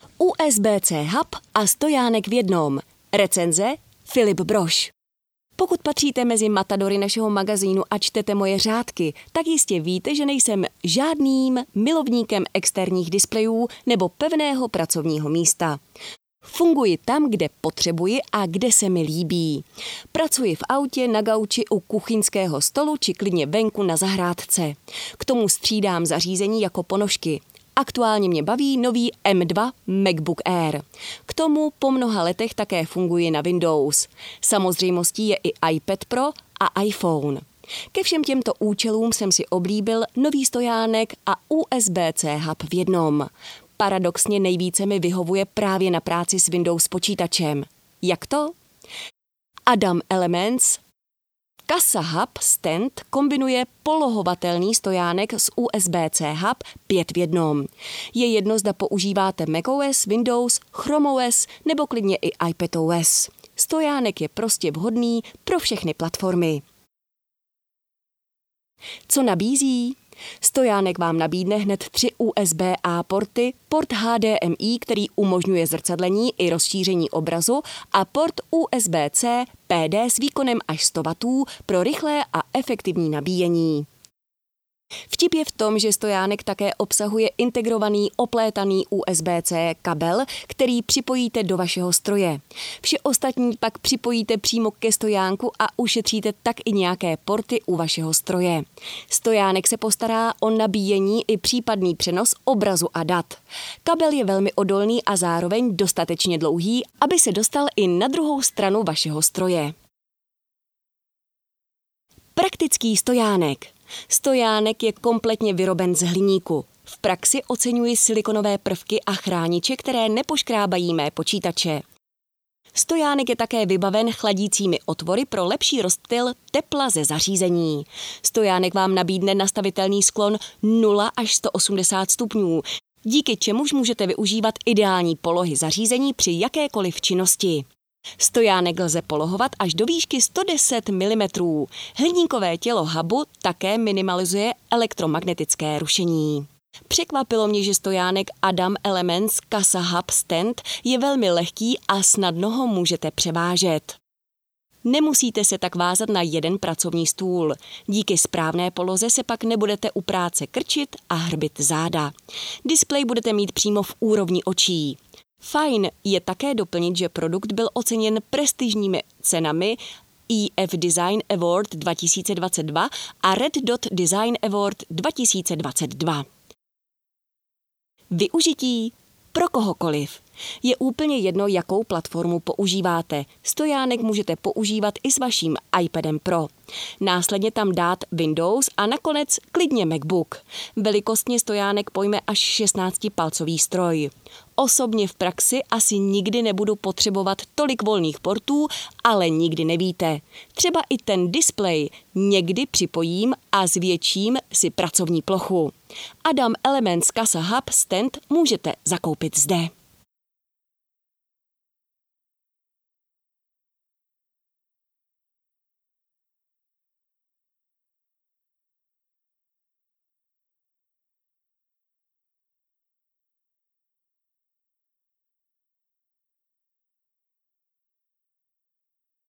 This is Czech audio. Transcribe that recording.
USB-C hub a stojánek v jednom. Recenze Filip Brož. Pokud patříte mezi matadory našeho magazínu a čtete moje řádky, tak jistě víte, že nejsem žádným milovníkem externích displejů nebo pevného pracovního místa. Funguji tam, kde potřebuji a kde se mi líbí. Pracuji v autě, na gauči, u kuchyňského stolu či klidně venku na zahrádce. K tomu střídám zařízení jako ponožky. Aktuálně mě baví nový M2 MacBook Air. K tomu po mnoha letech také funguji na Windows. Samozřejmostí je i iPad Pro a iPhone. Ke všem těmto účelům jsem si oblíbil nový stojánek a USB-C hub v jednom. Paradoxně nejvíce mi vyhovuje právě na práci s Windows počítačem. Jak to? Adam Elements Casa Hub Stand kombinuje polohovatelný stojánek s USB-C hub 5 v jednom. Je jedno, zda používáte macOS, Windows, Chrome OS nebo klidně i iPadOS. Stojánek je prostě vhodný pro všechny platformy. Co nabízí? Stojánek vám nabídne hned 3 USB-A porty, port HDMI, který umožňuje zrcadlení i rozšíření obrazu a port USB-C PD s výkonem až 100 W pro rychlé a efektivní nabíjení. Vtip je v tom, že stojánek také obsahuje integrovaný oplétaný USB-C kabel, který připojíte do vašeho stroje. Vše ostatní pak připojíte přímo ke stojánku a ušetříte tak i nějaké porty u vašeho stroje. Stojánek se postará o nabíjení i případný přenos obrazu a dat. Kabel je velmi odolný a zároveň dostatečně dlouhý, aby se dostal i na druhou stranu vašeho stroje. Praktický stojánek. Stojánek je kompletně vyroben z hliníku. V praxi oceňuji silikonové prvky a chrániče, které nepoškrábají mé počítače. Stojánek je také vybaven chladícími otvory pro lepší rozptyl tepla ze zařízení. Stojánek vám nabídne nastavitelný sklon 0 až 180 stupňů, díky čemuž můžete využívat ideální polohy zařízení při jakékoliv činnosti. Stojánek lze polohovat až do výšky 110 mm. Hliníkové tělo hubu také minimalizuje elektromagnetické rušení. Překvapilo mě, že stojánek Adam Elements Casa Hub Stand je velmi lehký a snadno ho můžete převážet. Nemusíte se tak vázat na jeden pracovní stůl. Díky správné poloze se pak nebudete u práce krčit a hrbit záda. Displej budete mít přímo v úrovni očí. Fajn je také doplnit, že produkt byl oceněn prestižními cenami EF Design Award 2022 a Red Dot Design Award 2022. Využití pro kohokoliv. Je úplně jedno, jakou platformu používáte. Stojánek můžete používat i s vaším iPadem Pro. Následně tam dát Windows a nakonec klidně MacBook. Velikostně stojánek pojme až 16-palcový stroj. Osobně v praxi asi nikdy nebudu potřebovat tolik volných portů, ale nikdy nevíte. Třeba i ten displej někdy připojím a zvětším si pracovní plochu. Adam Elements Casa Hub Stand můžete zakoupit zde.